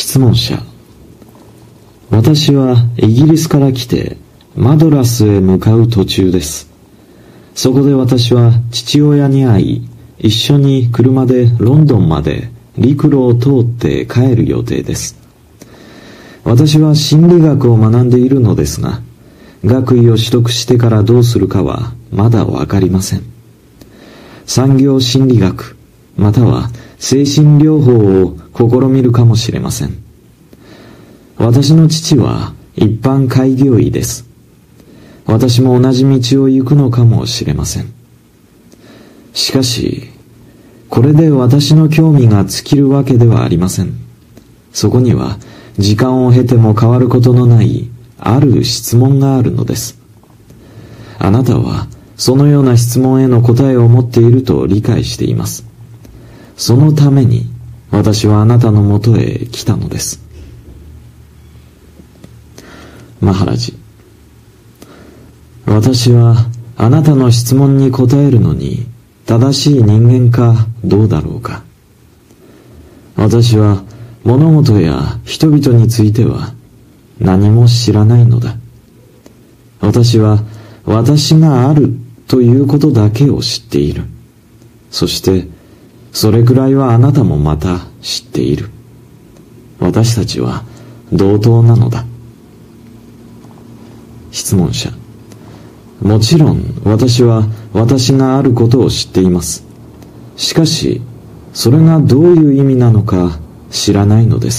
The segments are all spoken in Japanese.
質問者。私はイギリスから来てマドラスへ向かう途中です。そこで私は父親に会い、一緒に車でロンドンまで陸路を通って帰る予定です。私は心理学を学んでいるのですが、学位を取得してからどうするかはまだわかりません。産業心理学、または精神療法を試みるかもしれません。私の父は一般開業医です。私も同じ道を行くのかもしれません。しかし、これで私の興味が尽きるわけではありません。そこには時間を経ても変わることのないある質問があるのです。あなたはそのような質問への答えを持っていると理解しています。そのために私はあなたのもとへ来たのです。マハラジ。私はあなたの質問に答えるのに正しい人間かどうだろうか。私は物事や人々については何も知らないのだ。私は私があるということだけを知っている。そしてそれくらいはあなたもまた知っている。私たちは同等なのだ。質問者。もちろん私は私があることを知っています。しかしそれがどういう意味なのか知らないのです。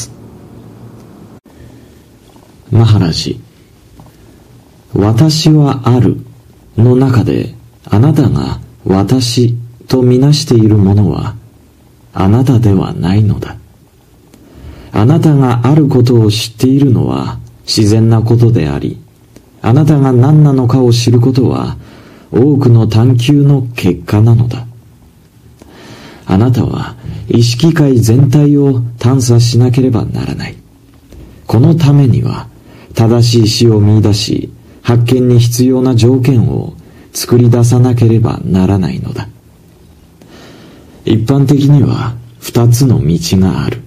マハラジ。私はあるの中であなたが私とみなしているものはあなたではないのだ。あなたがあることを知っているのは自然なことであり、あなたが何なのかを知ることは多くの探求の結果なのだ。あなたは意識界全体を探査しなければならない。このためには正しい死を見出し、発見に必要な条件を作り出さなければならないのだ。一般的には二つの道がある。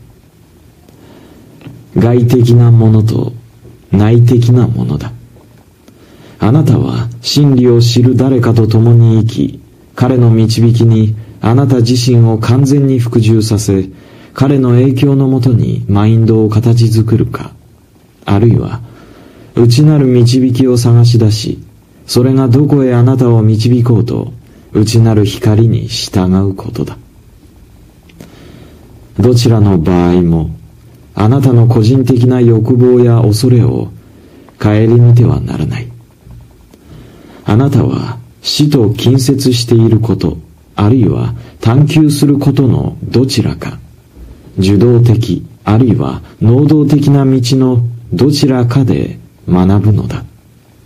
外的なものと内的なものだ。あなたは真理を知る誰かと共に生き、彼の導きにあなた自身を完全に服従させ、彼の影響のもとにマインドを形作るか、あるいは内なる導きを探し出し、それがどこへあなたを導こうと内なる光に従うことだ。どちらの場合もあなたの個人的な欲望や恐れを顧みてはならない。あなたは死と近接していること、あるいは探求することのどちらか、受動的あるいは能動的な道のどちらかで学ぶのだ。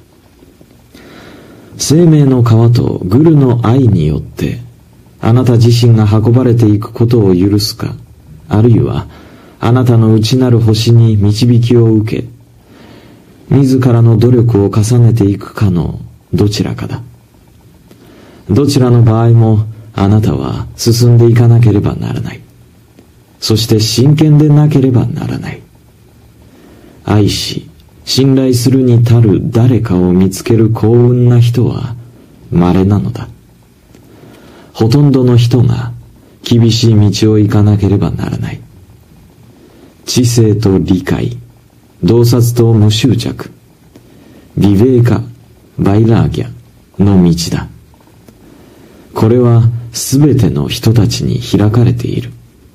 生命の川とグルの愛によってあなた自身が運ばれていくことを許すか、あるいはあなたの内なる星に導きを受け、自らの努力を重ねていくかのどちらかだ。どちらの場合もあなたは進んでいかなければならない。そして真剣でなければならない。愛し信頼するに足る誰かを見つける幸運な人は稀なのだ。ほとんどの人が厳しい道を行かなければならない。知性と理解、洞察と無執着、ビベーカ、バイラーギャの道だ。これはすべての人たちに開かれている。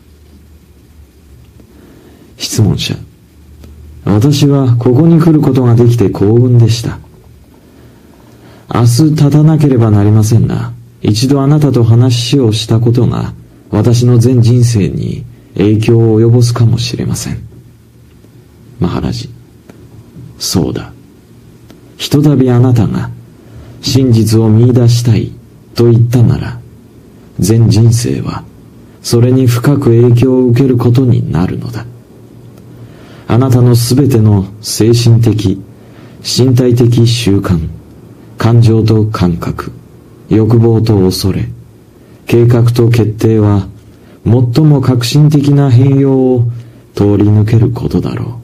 質問者。私はここに来ることができて幸運でした。明日立たなければなりませんが、一度あなたと話をしたことが私の全人生に影響を及ぼすかもしれません。マハラジ。そうだ。ひとたびあなたが真実を見出したいと言ったなら、全人生はそれに深く影響を受けることになるのだ。あなたのすべての精神的、身体的習慣、感情と感覚、欲望と恐れ、計画と決定は最も革新的な変容を通り抜けることだろ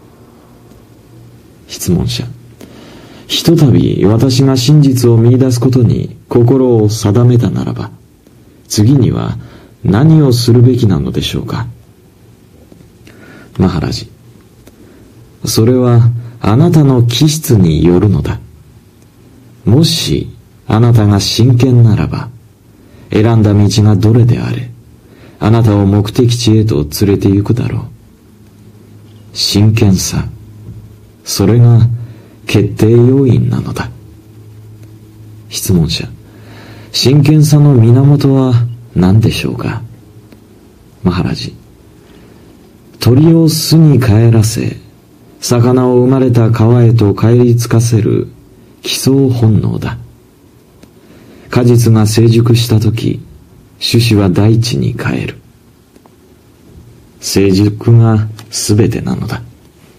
う。質問者。ひとたび私が真実を見出すことに心を定めたならば、次には何をするべきなのでしょうか。マハラジ。それはあなたの気質によるのだ。もしあなたが真剣ならば、選んだ道がどれであれ、あなたを目的地へと連れて行くだろう。真剣さ、それが決定要因なのだ。質問者。真剣さの源は何でしょうか。マハラジ。鳥を巣に帰らせ、魚を生まれた川へと帰り着かせる帰巣本能だ。果実が成熟したとき、種子は大地に帰る。成熟がすべてなのだ。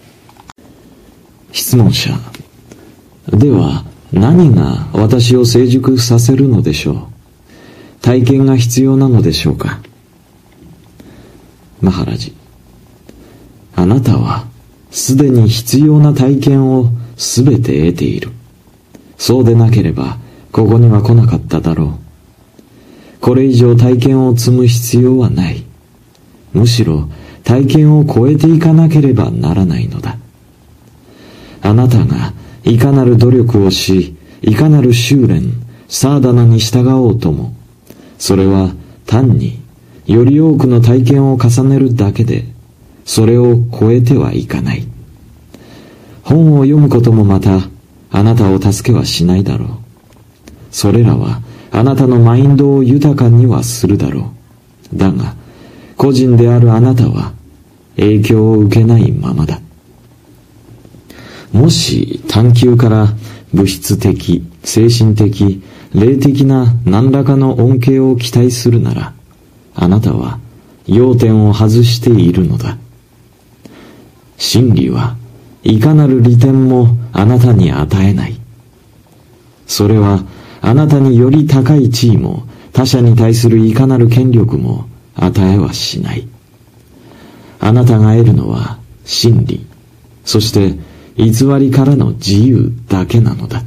質問者。では何が私を成熟させるのでしょう。体験が必要なのでしょうか。マハラジ。あなたはすでに必要な体験をすべて得ている。そうでなければここには来なかっただろう。これ以上体験を積む必要はない。むしろ体験を超えていかなければならないのだ。あなたがいかなる努力をし、いかなる修練、サーダナに従おうとも、それは単により多くの体験を重ねるだけで、それを超えてはいかない。本を読むこともまた、あなたを助けはしないだろう。それらはあなたのマインドを豊かにはするだろう。だが、個人であるあなたは影響を受けないままだ。もし探求から物質的、精神的、霊的な何らかの恩恵を期待するなら、あなたは要点を外しているのだ。真理はいかなる利点もあなたに与えない。それはあなたにより高い地位も他者に対するいかなる権力も与えはしない。あなたが得るのは真理、そして偽りからの自由だけなのだ。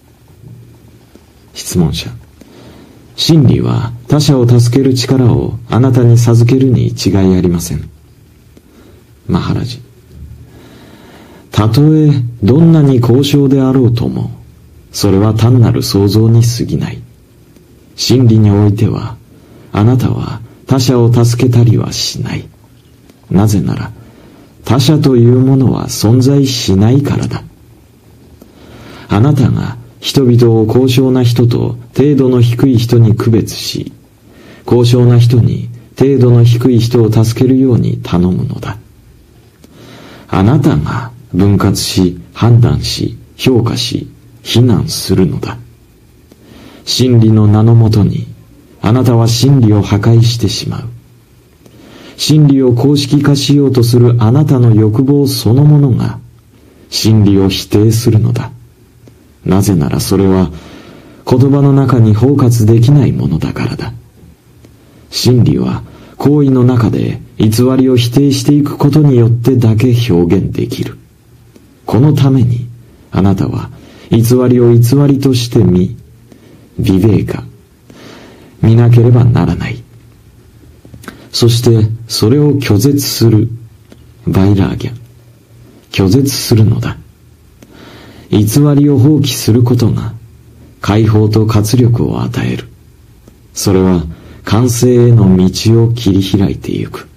質問者。真理は他者を助ける力をあなたに授けるに違いありません。マハラジ。たとえどんなに高尚であろうとも、それは単なる想像に過ぎない。真理においては、あなたは他者を助けたりはしない。なぜなら、他者というものは存在しないからだ。あなたが人々を高尚な人と程度の低い人に区別し、高尚な人に程度の低い人を助けるように頼むのだ。あなたが分割し、判断し、評価し、非難するのだ。真理の名のもとに、あなたは真理を破壊してしまう。真理を公式化しようとするあなたの欲望そのものが真理を否定するのだ。なぜならそれは言葉の中に包括できないものだからだ。真理は行為の中で偽りを否定していくことによってだけ表現できる。このためにあなたは偽りを偽りとして見、ビベーカ、見なければならない。そしてそれを拒絶する、バイラーギャ、拒絶するのだ。偽りを放棄することが解放と活力を与える。それは完成への道を切り開いていく。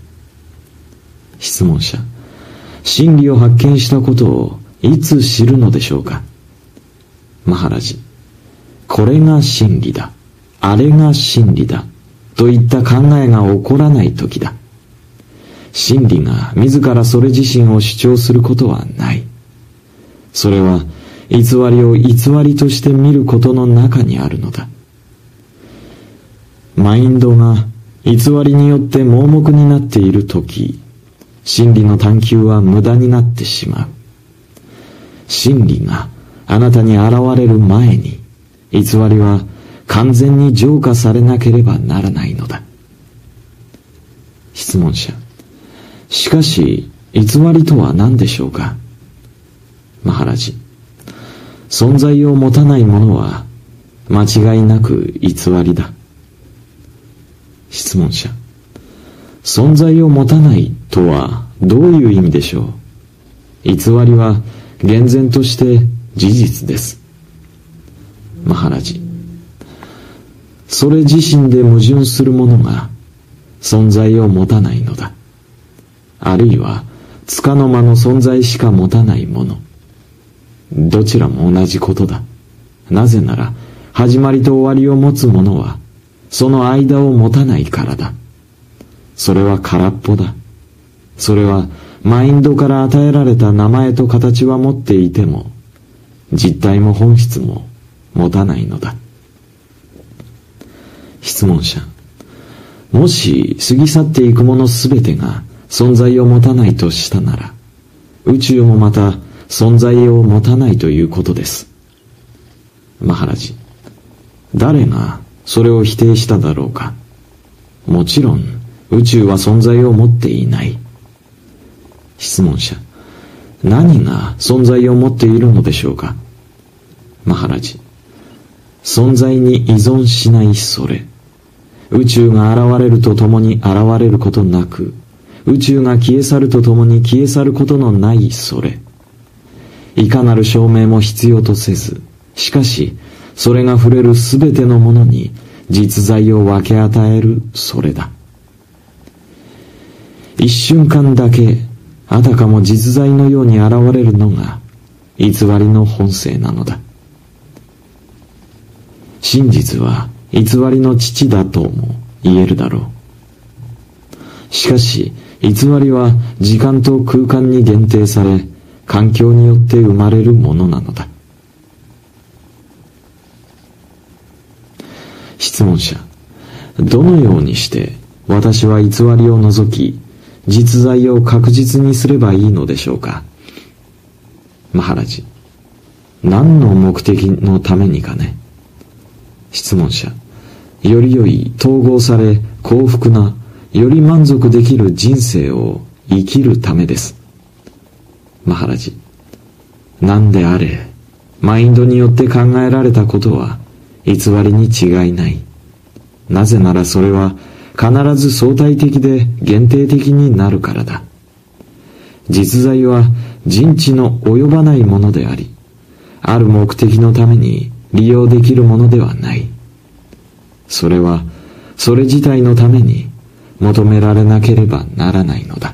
質問者。真理を発見したことをいつ知るのでしょうか。マハラジ。これが真理だ、あれが真理だといった考えが起こらないときだ。真理が自らそれ自身を主張することはない。それは偽りを偽りとして見ることの中にあるのだ。マインドが偽りによって盲目になっているとき、真理の探求は無駄になってしまう。真理があなたに現れる前に、偽りは完全に浄化されなければならないのだ。質問者。 しかし、偽りとは何でしょうか。マハラジ、存在を持たないものは間違いなく偽りだ。質問者、存在を持たないとはどういう意味でしょう。偽りは厳然として事実です。マハラジ、それ自身で矛盾するものが存在を持たないのだ。あるいは束の間の存在しか持たないもの。どちらも同じことだ。なぜなら始まりと終わりを持つものはその間を持たないからだ。それは空っぽだ。それはマインドから与えられた名前と形は持っていても実体も本質も持たないのだ。質問者、もし過ぎ去っていくものすべてが存在を持たないとしたなら、宇宙もまた存在を持たないということです。マハラジ、誰がそれを否定しただろうか。もちろん宇宙は存在を持っていない。質問者、何が存在を持っているのでしょうか。マハラジ、存在に依存しないそれ。宇宙が現れるとともに現れることなく、宇宙が消え去るとともに消え去ることのないそれ。いかなる証明も必要とせず、しかしそれが触れるすべてのものに実在を分け与えるそれだ。一瞬間だけあたかも実在のように現れるのが偽りの本性なのだ。真実は偽りの父だとも言えるだろう。しかし偽りは時間と空間に限定され、環境によって生まれるものなのだ。質問者、どのようにして私は偽りを除き実在を確実にすればいいのでしょうか。マハラジ、何の目的のためにかね。質問者、より良い統合され幸福なより満足できる人生を生きるためです。マハラジ、何であれマインドによって考えられたことは偽りに違いない。なぜならそれは必ず相対的で限定的になるからだ。実在は人知の及ばないものであり、ある目的のために利用できるものではない。それはそれ自体のために求められなければならないのだ。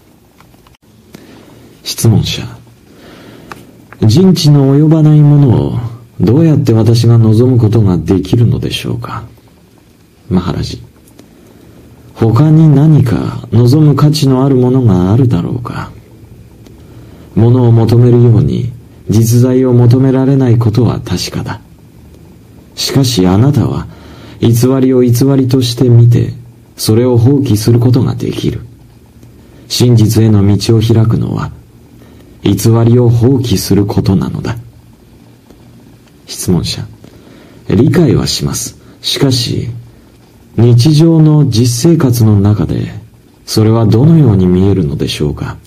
質問者、人知の及ばないものをどうやって私が望むことができるのでしょうか。マハラジ、他に何か望む価値のあるものがあるだろうか。ものを求めるように実在を求められないことは確かだ。しかしあなたは偽りを偽りとして見て、それを放棄することができる。真実への道を開くのは偽りを放棄することなのだ。質問者、理解はします。しかし日常の実生活の中でそれはどのように見えるのでしょうか。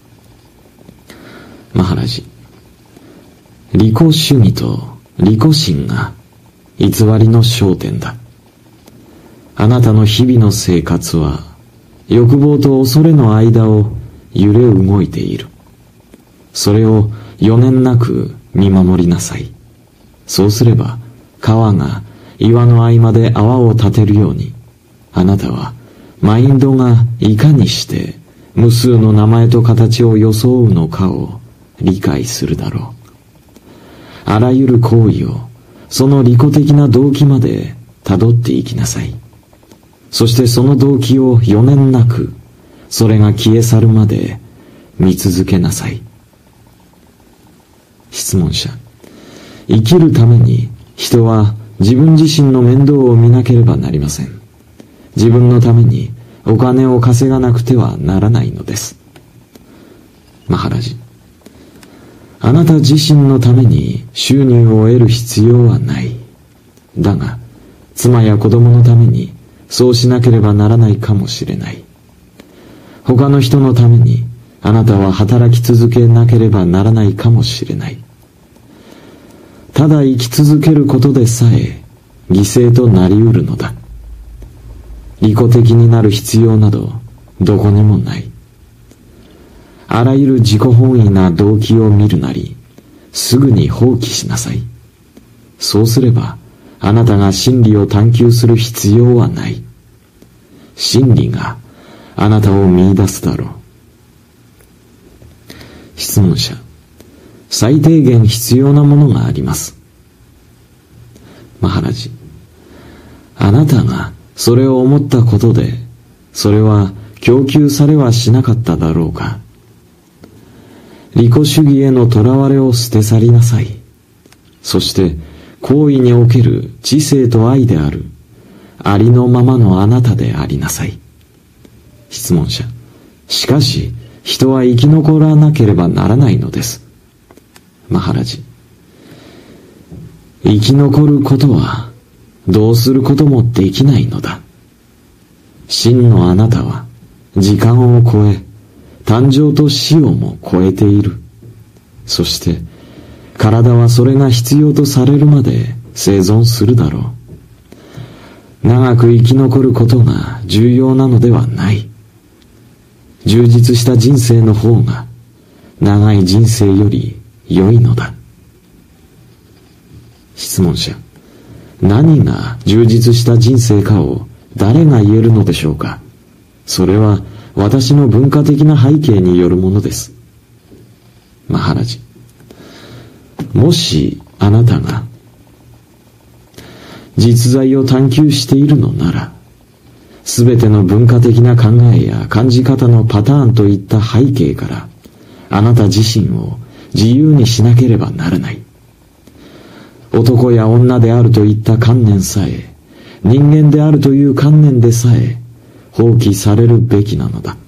マハラジ、利己主義と利己心が偽りの焦点だ。あなたの日々の生活は欲望と恐れの間を揺れ動いている。それを余念なく見守りなさい。そうすれば川が岩の合間で泡を立てるように、あなたはマインドがいかにして無数の名前と形を装うのかを理解するだろう。あらゆる行為をその利己的な動機まで辿っていきなさい。そしてその動機を余念なく、それが消え去るまで見続けなさい。質問者、生きるために人は自分自身の面倒を見なければなりません。自分のためにお金を稼がなくてはならないのです。マハラジ、あなた自身のために収入を得る必要はない。だが妻や子供のためにそうしなければならないかもしれない。 他の人のためにあなたは働き続けなければならないかもしれない。ただ生き続けることでさえ犠牲となりうるのだ。利己的になる必要などどこにもない。あらゆる自己本位な動機を見るなり、すぐに放棄しなさい。そうすれば、あなたが真理を探求する必要はない。真理があなたを見出すだろう。質問者、最低限必要なものがあります。マハラジ、あなたがそれを思ったことで、それは供給されはしなかっただろうか。利己主義へのとらわれを捨て去りなさい。そして行為における知性と愛であるありのままのあなたでありなさい。質問者、しかし人は生き残らなければならないのです。マハラジ、生き残ることはどうすることもできないのだ。真のあなたは時間を超え、誕生と死をも超えている。そして体はそれが必要とされるまで生存するだろう。長く生き残ることが重要なのではない。充実した人生の方が長い人生より良いのだ。質問者、何が充実した人生かを誰が言えるのでしょうか。それは私の文化的な背景によるものです。マハラジ、もしあなたが実在を探求しているのなら、すべての文化的な考えや感じ方のパターンといった背景からあなた自身を自由にしなければならない。男や女であるといった観念さえ、人間であるという観念でさえ放棄されるべきなのだ。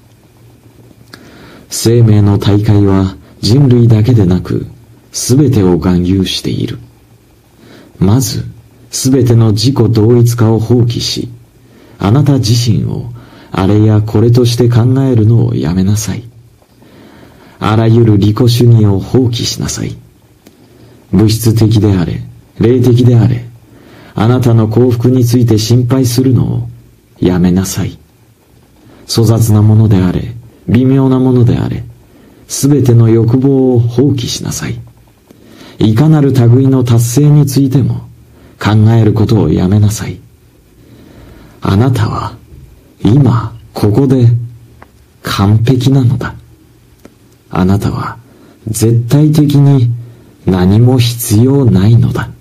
生命の大海は人類だけでなくすべてを含有している。まずすべての自己同一化を放棄し、あなた自身をあれやこれとして考えるのをやめなさい。あらゆる利己主義を放棄しなさい。物質的であれ、霊的であれ、あなたの幸福について心配するのをやめなさい。粗雑なものであれ、微妙なものであれ、すべての欲望を放棄しなさい。いかなる類の達成についても考えることをやめなさい。あなたは今ここで完璧なのだ。あなたは絶対的に何も必要ないのだ。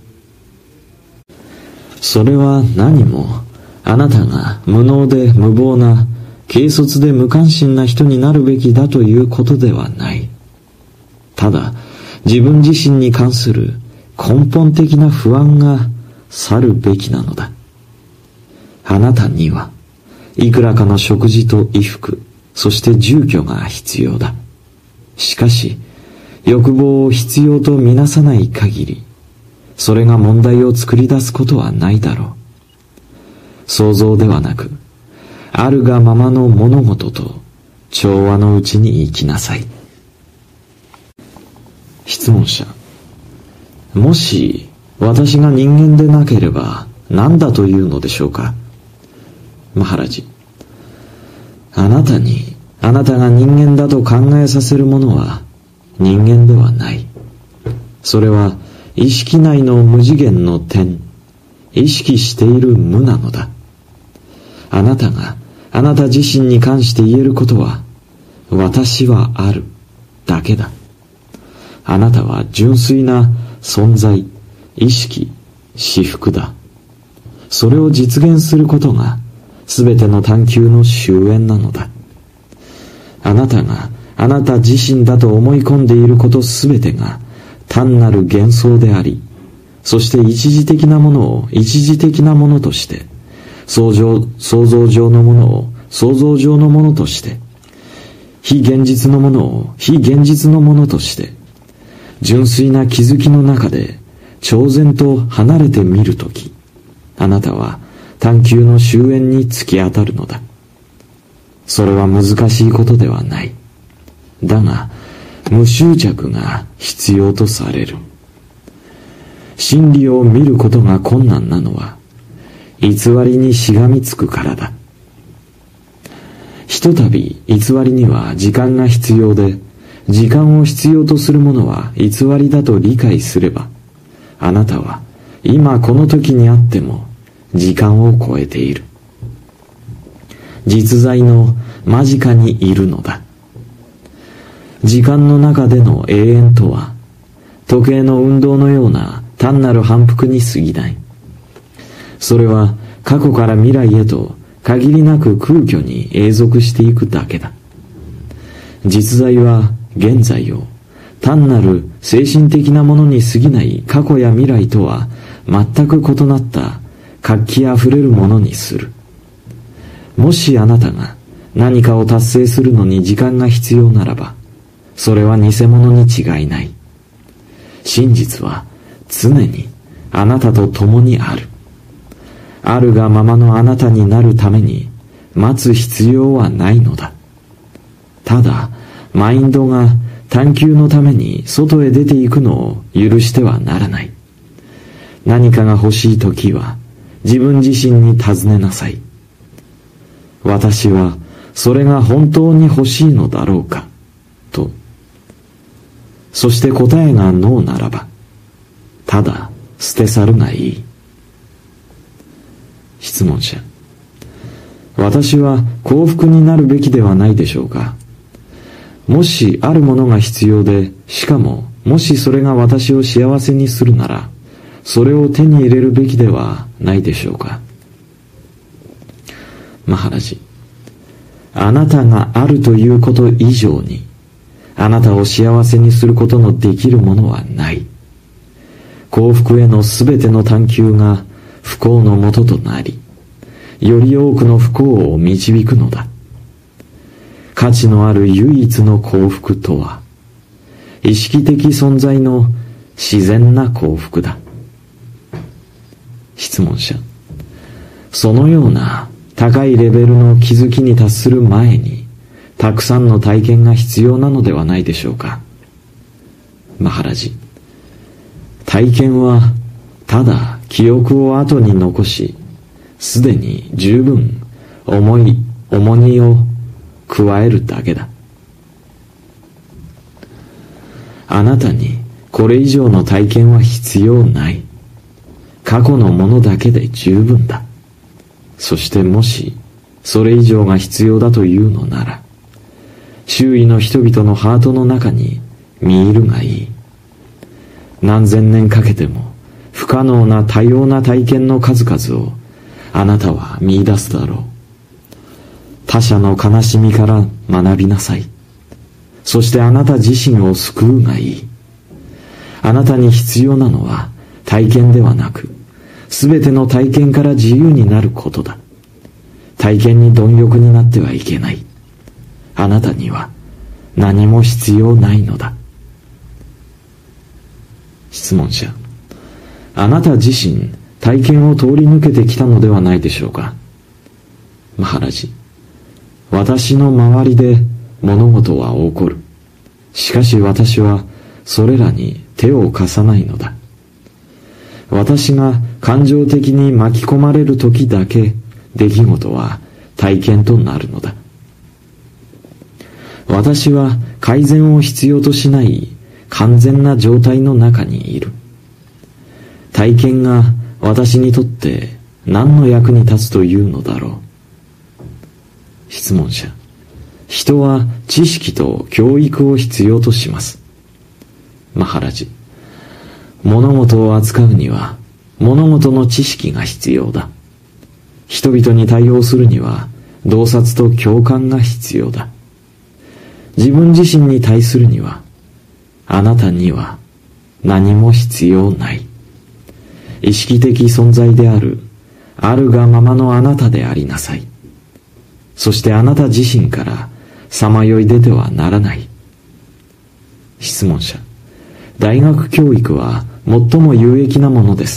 それは何もあなたが無能で無謀な軽率で無関心な人になるべきだということではない。ただ自分自身に関する根本的な不安が去るべきなのだ。あなたにはいくらかの食事と衣服、そして住居が必要だ。しかし欲望を必要とみなさない限り、それが問題を作り出すことはないだろう。想像ではなく、あるがままの物事と調和のうちに生きなさい。質問者、もし私が人間でなければ何だというのでしょうか。マハラジ、あなたにあなたが人間だと考えさせるものは人間ではない。それは意識内の無次元の点、意識している無なのだ。あなたがあなた自身に関して言えることは、私はあるだけだ。あなたは純粋な存在、意識、至福だ。それを実現することがすべての探求の終焉なのだ。あなたがあなた自身だと思い込んでいることすべてが単なる幻想であり、そして一時的なものを一時的なものとして、想像上のものを想像上のものとして、非現実のものを非現実のものとして、純粋な気づきの中で超然と離れてみるとき、あなたは探求の終焉に突き当たるのだ。 それは難しいことではない。だが、無執着が必要とされる。真理を見ることが困難なのは、偽りにしがみつくからだ。ひとたび偽りには時間が必要で、時間を必要とするものは偽りだと理解すれば、あなたは今この時にあっても時間を超えている。実在の間近にいるのだ。時間の中での永遠とは、時計の運動のような単なる反復に過ぎない。それは過去から未来へと限りなく空虚に永続していくだけだ。実在は現在を単なる精神的なものに過ぎない過去や未来とは全く異なった活気あふれるものにする。もしあなたが何かを達成するのに時間が必要ならば、それは偽物に違いない。真実は常にあなたと共にある。あるがままのあなたになるために待つ必要はないのだ。ただ、マインドが探求のために外へ出ていくのを許してはならない。何かが欲しいときは自分自身に尋ねなさい。私はそれが本当に欲しいのだろうかと。そして答えがノーならば、ただ捨て去るがいい。質問者。私は幸福になるべきではないでしょうか。もしあるものが必要で、しかももしそれが私を幸せにするなら、それを手に入れるべきではないでしょうか。マハラジ。あなたがあるということ以上に、あなたを幸せにすることのできるものはない。幸福へのすべての探求が不幸のもととなり、より多くの不幸を導くのだ。価値のある唯一の幸福とは、意識的存在の自然な幸福だ。質問者。そのような高いレベルの気づきに達する前に、たくさんの体験が必要なのではないでしょうか。マハラジ。体験はただ記憶を後に残し、すでに十分重荷を加えるだけだ。あなたにこれ以上の体験は必要ない。過去のものだけで十分だ。そしてもしそれ以上が必要だというのなら、周囲の人々のハートの中に見入るがいい。何千年かけても不可能な多様な体験の数々をあなたは見出すだろう。他者の悲しみから学びなさい。そしてあなた自身を救うがいい。あなたに必要なのは体験ではなく、すべての体験から自由になることだ。体験に貪欲になってはいけない。あなたには何も必要ないのだ。質問者。あなた自身、体験を通り抜けてきたのではないでしょうか。マハラジ。私の周りで物事は起こる。しかし私はそれらに手を貸さないのだ。私が感情的に巻き込まれる時だけ出来事は体験となるのだ。私は改善を必要としない完全な状態の中にいる。体験が私にとって何の役に立つというのだろう。質問者。人は知識と教育を必要とします。マハラジ。物事を扱うには物事の知識が必要だ。人々に対応するには洞察と共感が必要だ。自分自身に対するにはあなたには何も必要ない。意識的存在であるがままのあなたでありなさい。そしてあなた自身からさまよい出てはならない。質問者。大学教育は最も有益なものです。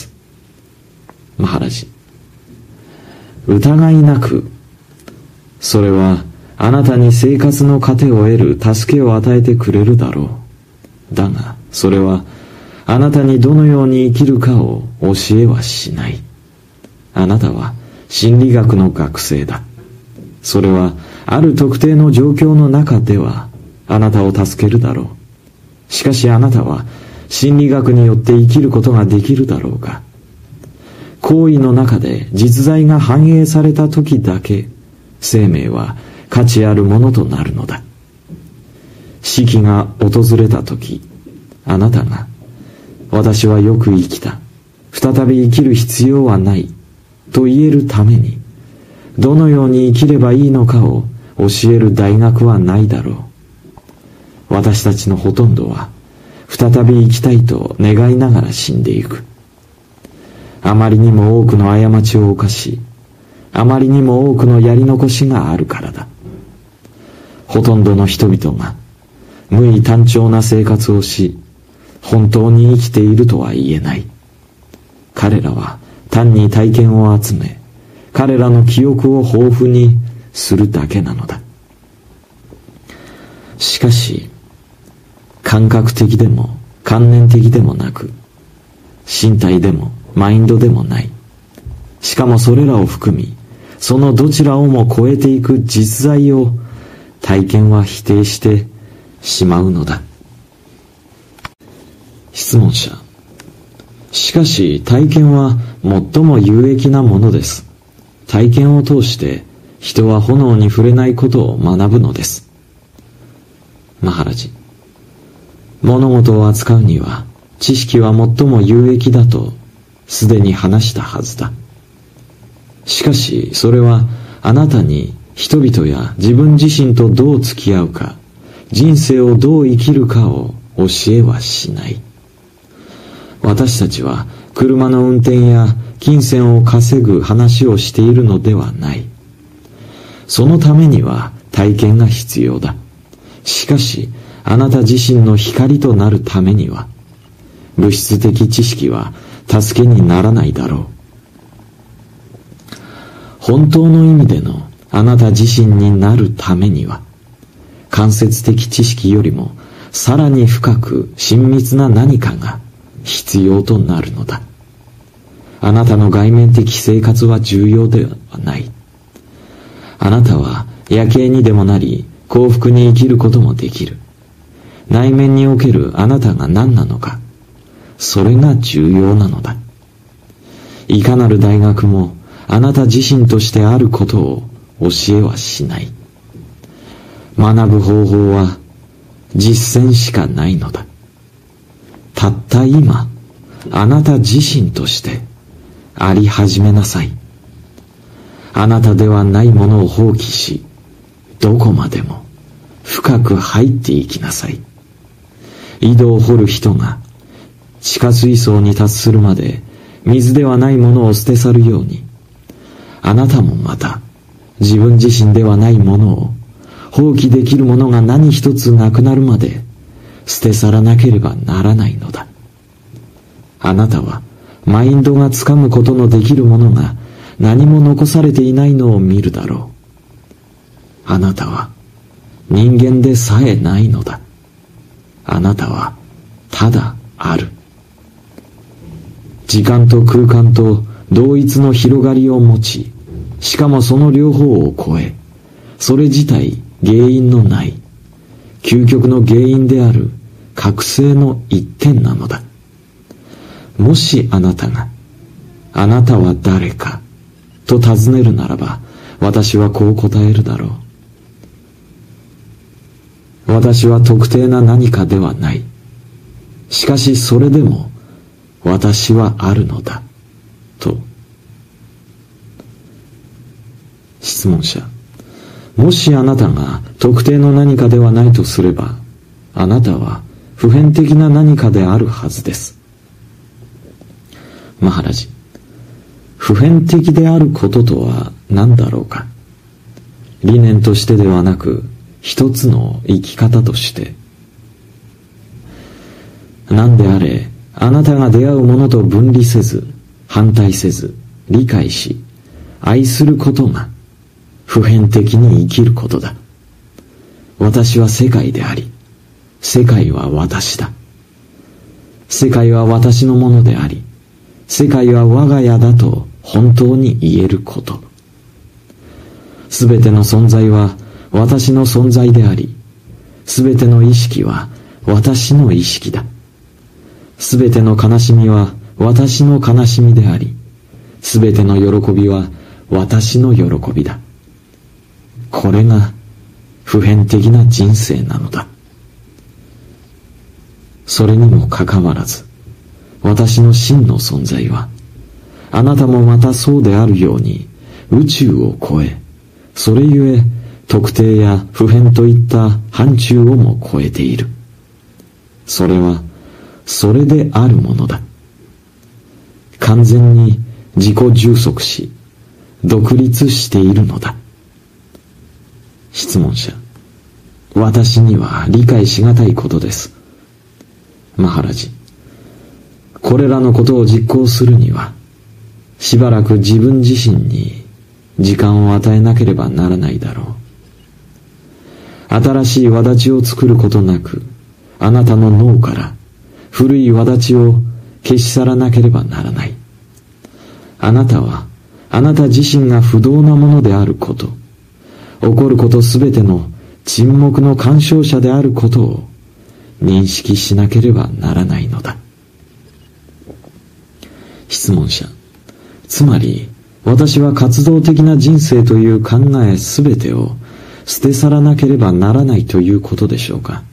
マハラジ。疑いなく、それはあなたに生活の糧を得る助けを与えてくれるだろう。だが、それはあなたにどのように生きるかを教えはしない。あなたは心理学の学生だ。それはある特定の状況の中ではあなたを助けるだろう。しかしあなたは心理学によって生きることができるだろうか。行為の中で実在が反映された時だけ生命は価値あるものとなるのだ。死期が訪れた時、あなたが私はよく生きた、再び生きる必要はないと言えるためにどのように生きればいいのかを教える大学はないだろう。私たちのほとんどは再び生きたいと願いながら死んでいく。あまりにも多くの過ちを犯し、あまりにも多くのやり残しがあるからだ。ほとんどの人々が無意単調な生活をし、本当に生きているとは言えない。彼らは単に体験を集め、彼らの記憶を豊富にするだけなのだ。しかし、感覚的でも観念的でもなく、身体でもマインドでもない。しかもそれらを含み、そのどちらをも超えていく実在を体験は否定してしまうのだ。質問者。しかし体験は最も有益なものです。体験を通して人は炎に触れないことを学ぶのです。マハラジ。物事を扱うには知識は最も有益だとすでに話したはずだ。しかしそれはあなたに人々や自分自身とどう付き合うか、人生をどう生きるかを教えはしない。私たちは車の運転や金銭を稼ぐ話をしているのではない。そのためには体験が必要だ。しかしあなた自身の光となるためには物質的知識は助けにならないだろう。本当の意味でのあなた自身になるためには間接的知識よりもさらに深く親密な何かが必要となるのだ。あなたの外面的生活は重要ではない。あなたは夜景にでもなり幸福に生きることもできる。内面におけるあなたが何なのか、それが重要なのだ。いかなる大学もあなた自身としてあることを教えはしない。学ぶ方法は実践しかないのだ。たった今、あなた自身としてあり始めなさい。あなたではないものを放棄し、どこまでも深く入っていきなさい。井戸を掘る人が地下水槽に達するまで水ではないものを捨て去るように、あなたもまた自分自身ではないものを放棄できるものが何一つなくなるまで捨て去らなければならないのだ。あなたはマインドがつかむことのできるものが何も残されていないのを見るだろう。あなたは人間でさえないのだ。あなたはただある。時間と空間と同一の広がりを持ち、しかもその両方を超え、それ自体原因のない究極の原因である覚醒の一点なのだ。もしあなたがあなたは誰かと尋ねるならば、私はこう答えるだろう。私は特定な何かではない。しかしそれでも私はあるのだと。質問者。もしあなたが特定の何かではないとすれば、あなたは普遍的な何かであるはずです。マハラジ。普遍的であることとは何だろうか。理念としてではなく、一つの生き方として。何であれ、あなたが出会うものと分離せず、反対せず、理解し、愛することが普遍的に生きることだ。 私は世界であり、世界は私だ。世界は私のものであり、世界は我が家だと本当に言えること。すべての存在は私の存在であり、すべての意識は私の意識だ。すべての悲しみは私の悲しみであり、すべての喜びは私の喜びだ。これが普遍的な人生なのだ。それにもかかわらず、私の真の存在は、あなたもまたそうであるように宇宙を超え、それゆえ特定や普遍といった範疇をも超えている。それはそれであるものだ。完全に自己充足し、独立しているのだ。質問者、私には理解しがたいことです。マハラジ、これらのことを実行するには、しばらく自分自身に時間を与えなければならないだろう。新しい轍を作ることなく、あなたの脳から古い轍を消し去らなければならない。あなたは、あなた自身が不動なものであること、起こることすべての沈黙の干渉者であることを認識しなければならないのだ。質問者、つまり私は活動的な人生という考えすべてを捨て去らなければならないということでしょうか。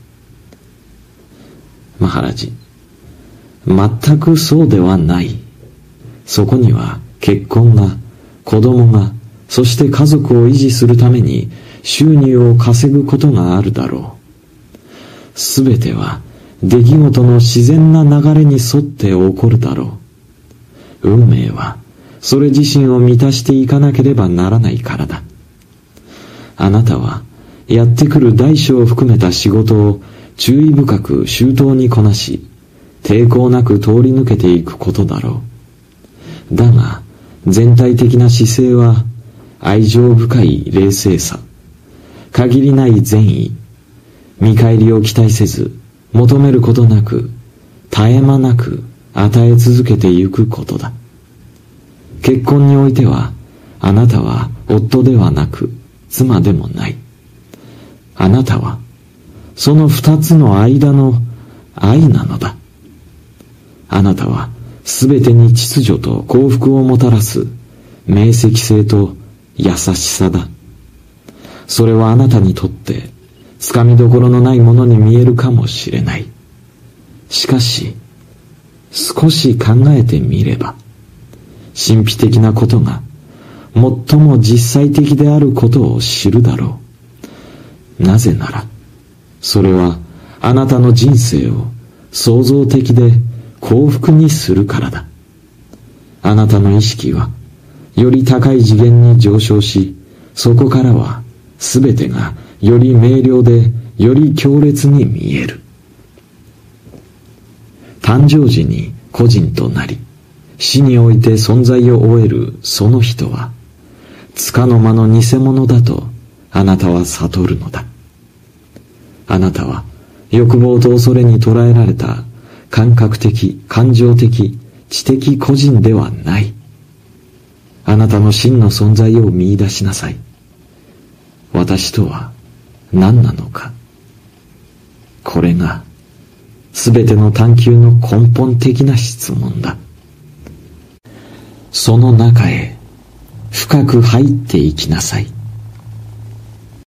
マハラジ、全くそうではない。そこには結婚が、子供が、そして家族を維持するために収入を稼ぐことがあるだろう。すべては出来事の自然な流れに沿って起こるだろう。運命はそれ自身を満たしていかなければならないからだ。あなたはやってくる大小を含めた仕事を注意深く周到にこなし、抵抗なく通り抜けていくことだろう。だが全体的な姿勢は愛情深い冷静さ、限りない善意、見返りを期待せず、求めることなく、絶え間なく与え続けてゆくことだ。結婚においては、あなたは夫ではなく妻でもない。あなたはその二つの間の愛なのだ。あなたはすべてに秩序と幸福をもたらす明晰性と優しさだ。それはあなたにとってつかみどころのないものに見えるかもしれない。しかし少し考えてみれば、神秘的なことが最も実際的であることを知るだろう。なぜならそれはあなたの人生を創造的で幸福にするからだ。あなたの意識はより高い次元に上昇し、そこからはすべてがより明瞭でより強烈に見える。誕生時に個人となり、死において存在を終えるその人は束の間の偽物だとあなたは悟るのだ。あなたは欲望と恐れに捉えられた感覚的、感情的、知的個人ではない。あなたの真の存在を見出しなさい。私とは何なのか。これがすべての探求の根本的な質問だ。その中へ深く入っていきなさい。